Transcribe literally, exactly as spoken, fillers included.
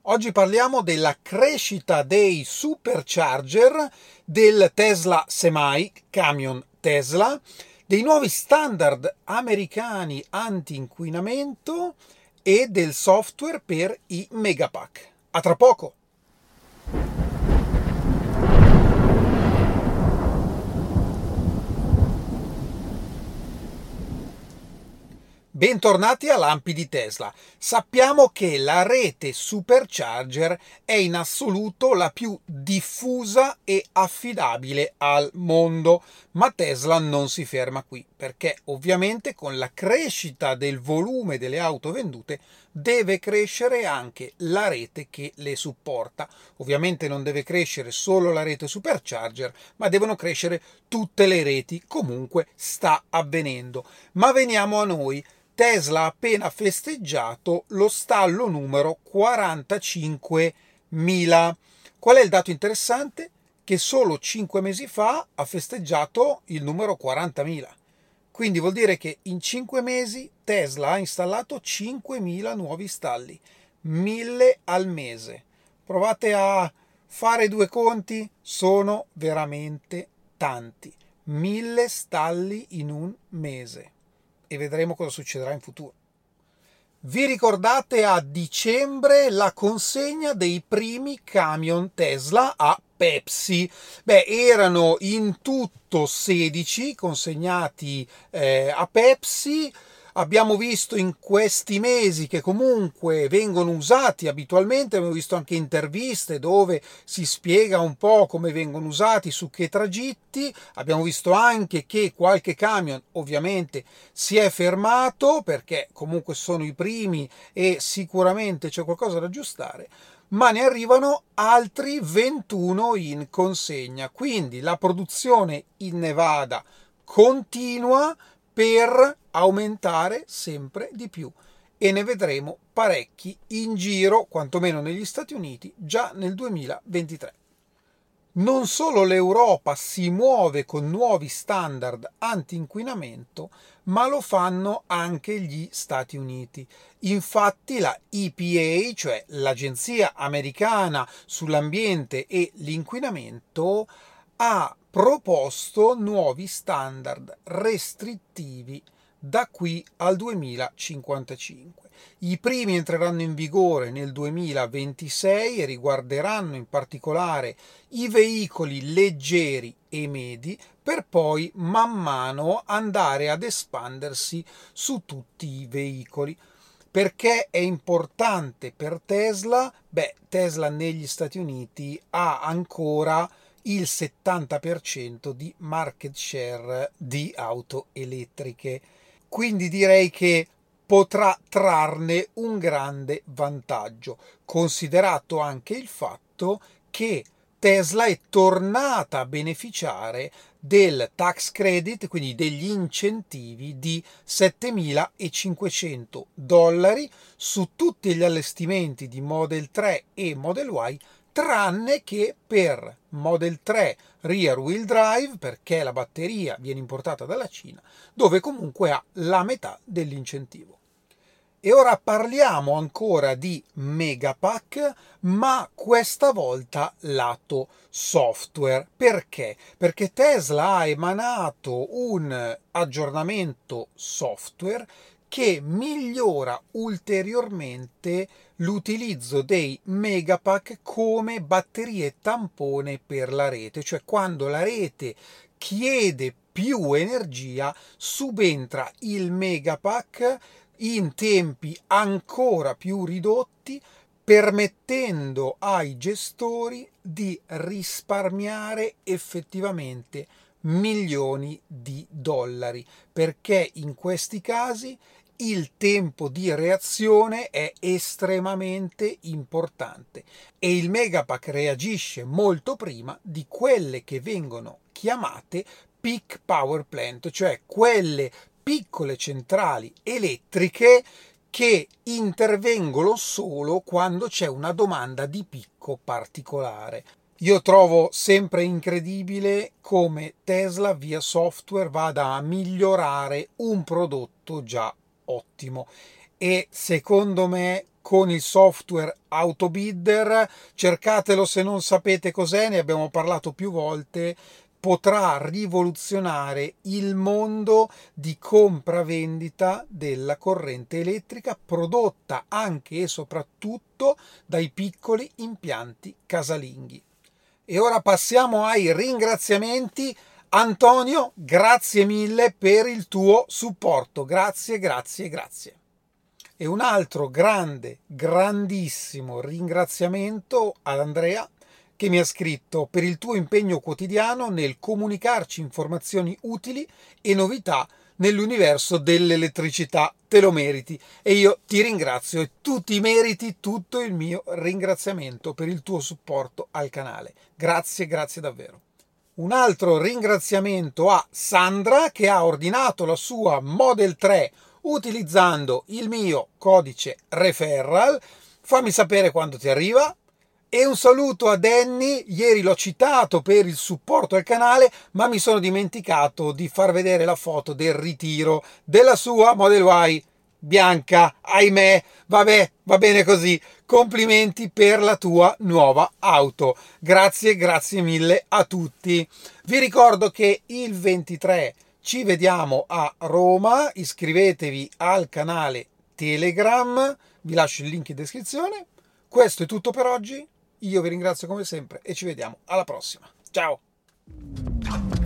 Oggi parliamo della crescita dei supercharger, del Tesla Semi, camion Tesla, dei nuovi standard americani anti-inquinamento e del software per i Megapack. A tra poco! Bentornati a Lampi di Tesla. Sappiamo che la rete supercharger è in assoluto la più diffusa e affidabile al mondo, ma Tesla non si ferma qui, perché ovviamente con la crescita del volume delle auto vendute deve crescere anche la rete che le supporta. Ovviamente non deve crescere solo la rete supercharger, ma devono crescere tutte le reti. Comunque sta avvenendo. Ma veniamo a noi. Tesla ha appena festeggiato lo stallo numero quarantacinquemila. Qual è il dato interessante? Che solo cinque mesi fa ha festeggiato il numero quarantamila. Quindi vuol dire che in cinque mesi Tesla ha installato cinquemila nuovi stalli, mille al mese. Provate a fare due conti, sono veramente tanti. mille stalli in un mese. E vedremo cosa succederà in futuro. Vi ricordate a dicembre la consegna dei primi camion Tesla a Pepsi? Beh, erano in tutto sedici consegnati eh, a Pepsi. Abbiamo visto in questi mesi che comunque vengono usati abitualmente, abbiamo visto anche interviste dove si spiega un po' come vengono usati, su che tragitti, abbiamo visto anche che qualche camion ovviamente si è fermato perché comunque sono i primi e sicuramente c'è qualcosa da aggiustare, ma ne arrivano altri ventuno in consegna, quindi la produzione in Nevada continua per aumentare sempre di più e ne vedremo parecchi in giro, quantomeno negli Stati Uniti, già nel duemilaventitré. Non solo l'Europa si muove con nuovi standard anti-inquinamento, ma lo fanno anche gli Stati Uniti. Infatti la E P A, cioè l'Agenzia Americana sull'Ambiente e l'Inquinamento, ha proposto nuovi standard restrittivi da qui al duemilacinquantacinque. I primi entreranno in vigore nel duemilaventisei e riguarderanno in particolare i veicoli leggeri e medi, per poi man mano andare ad espandersi su tutti i veicoli. Perché è importante per Tesla? Beh, Tesla negli Stati Uniti ha ancora il settanta per cento di market share di auto elettriche. Quindi direi che potrà trarne un grande vantaggio, considerato anche il fatto che Tesla è tornata a beneficiare del tax credit, quindi degli incentivi di settemilacinquecento dollari su tutti gli allestimenti di Model tre e Model Y, tranne che per Model tre Rear Wheel Drive, perché la batteria viene importata dalla Cina, dove comunque ha la metà dell'incentivo. E ora parliamo ancora di Megapack, ma questa volta lato software. Perché? Perché Tesla ha emanato un aggiornamento software che migliora ulteriormente l'utilizzo dei Megapack come batterie tampone per la rete, cioè quando la rete chiede più energia subentra il Megapack in tempi ancora più ridotti, permettendo ai gestori di risparmiare effettivamente milioni di dollari, perché in questi casi il tempo di reazione è estremamente importante e il Megapack reagisce molto prima di quelle che vengono chiamate peak power plant, cioè quelle piccole centrali elettriche che intervengono solo quando c'è una domanda di picco particolare. Io trovo sempre incredibile come Tesla via software vada a migliorare un prodotto già ottimo e secondo me con il software Autobidder, cercatelo se non sapete cos'è, ne abbiamo parlato più volte. Potrà rivoluzionare il mondo di compravendita della corrente elettrica prodotta anche e soprattutto dai piccoli impianti casalinghi. E ora passiamo ai ringraziamenti. Antonio, grazie mille per il tuo supporto, grazie, grazie, grazie. E un altro grande, grandissimo ringraziamento ad Andrea, che mi ha scritto: per il tuo impegno quotidiano nel comunicarci informazioni utili e novità nell'universo dell'elettricità. Te lo meriti e io ti ringrazio e tu ti meriti tutto il mio ringraziamento per il tuo supporto al canale. Grazie, grazie davvero. Un altro ringraziamento a Sandra, che ha ordinato la sua Model tre utilizzando il mio codice referral. Fammi sapere quando ti arriva. E un saluto a Danny, ieri l'ho citato per il supporto al canale, ma mi sono dimenticato di far vedere la foto del ritiro della sua Model Y bianca, ahimè, vabbè, va bene così. Complimenti per la tua nuova auto. Grazie, grazie mille a tutti. Vi ricordo che il ventitré ci vediamo a Roma, iscrivetevi al canale Telegram, vi lascio il link in descrizione. Questo è tutto per oggi. Io vi ringrazio come sempre e ci vediamo alla prossima. Ciao!